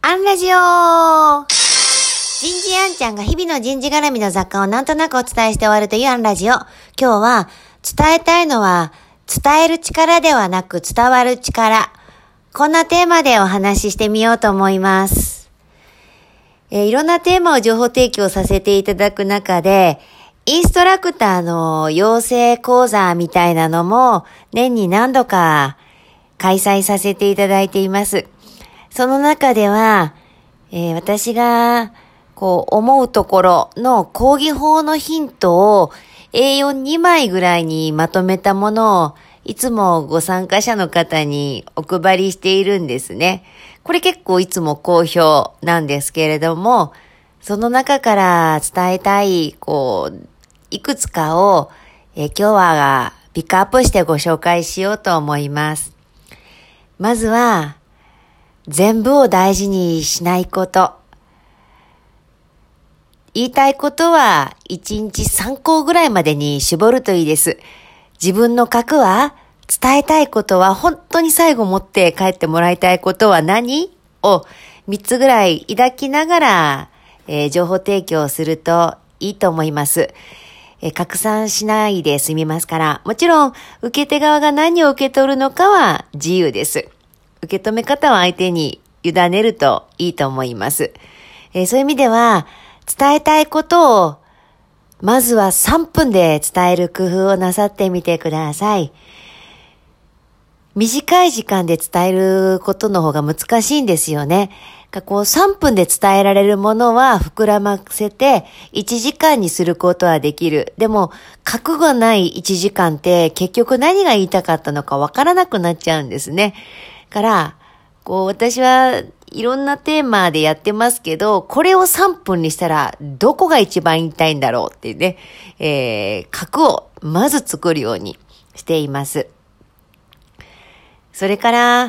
アンラジオ人事アンちゃんが日々の人事絡みの雑貨をなんとなくお伝えして終わるというアンラジオ。今日は伝えたいのは伝える力ではなく伝わる力。こんなテーマでお話ししてみようと思います。いろんなテーマを情報提供させていただく中で、インストラクターの養成講座みたいなのも年に何度か開催させていただいています。その中では、私が思うところの講義法のヒントを A4 2枚ぐらいにまとめたものをいつもご参加者の方にお配りしているんですね。これ結構いつも好評なんですけれども、その中から伝えたいいくつかを、今日はピックアップしてご紹介しようと思います。まずは全部を大事にしないこと。言いたいことは1日3項ぐらいまでに絞るといいです。自分の核は、伝えたいことは、本当に最後持って帰ってもらいたいことは何を3つぐらい抱きながら、情報提供するといいと思います。拡散しないで済みますから、もちろん受け手側が何を受け取るのかは自由です。受け止め方は相手に委ねるといいと思います。そういう意味では、伝えたいことを、まずは3分で伝える工夫をなさってみてください。短い時間で伝えることの方が難しいんですよね。3分で伝えられるものは膨らませて1時間にすることはできる。でも、覚悟ない1時間って結局何が言いたかったのかわからなくなっちゃうんですね。から私はいろんなテーマでやってますけど、これを3分にしたらどこが一番言いたいんだろうってね、核をまず作るようにしています。それから、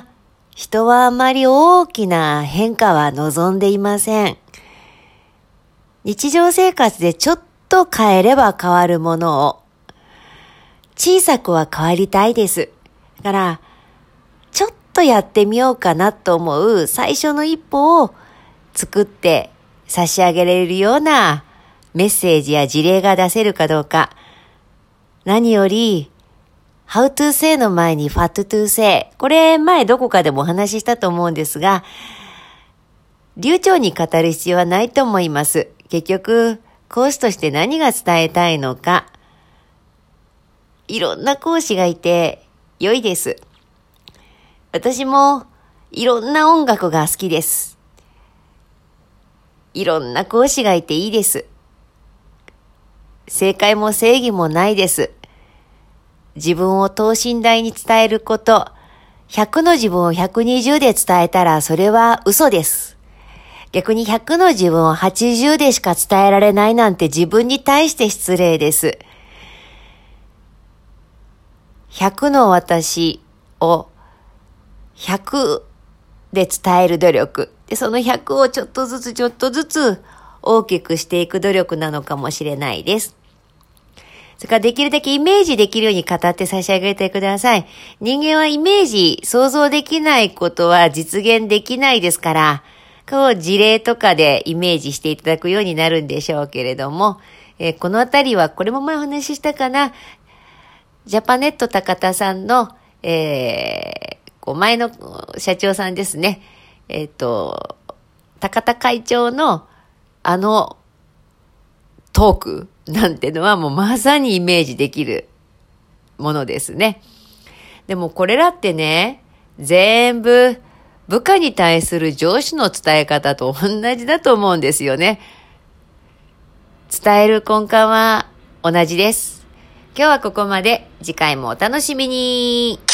人はあまり大きな変化は望んでいません。日常生活でちょっと変えれば変わるものを、小さくは変わりたいです。だから、ちょっとやってみようかなと思う最初の一歩を作って差し上げられるようなメッセージや事例が出せるかどうか。何より、how to say の前に what to say。これ前どこかでもお話ししたと思うんですが、流暢に語る必要はないと思います。結局、講師として何が伝えたいのか。いろんな講師がいて良いです。私もいろんな音楽が好きです。いろんな講師がいていいです。正解も正義もないです。自分を等身大に伝えること、100の自分を120で伝えたらそれは嘘です。逆に100の自分を80でしか伝えられないなんて自分に対して失礼です。100の私を100で伝える努力。で、その100をちょっとずつ大きくしていく努力なのかもしれないです。それからできるだけイメージできるように語って差し上げてください。人間はイメージ、想像できないことは実現できないですから、事例とかでイメージしていただくようになるんでしょうけれども、このあたりは、これも前お話ししたかな、ジャパネット高田さんの、前の社長さんですね。高田会長のトークなんてのはもうまさにイメージできるものですね。でもこれらってね、全部部下に対する上司の伝え方と同じだと思うんですよね。伝える根幹は同じです。今日はここまで。次回もお楽しみに。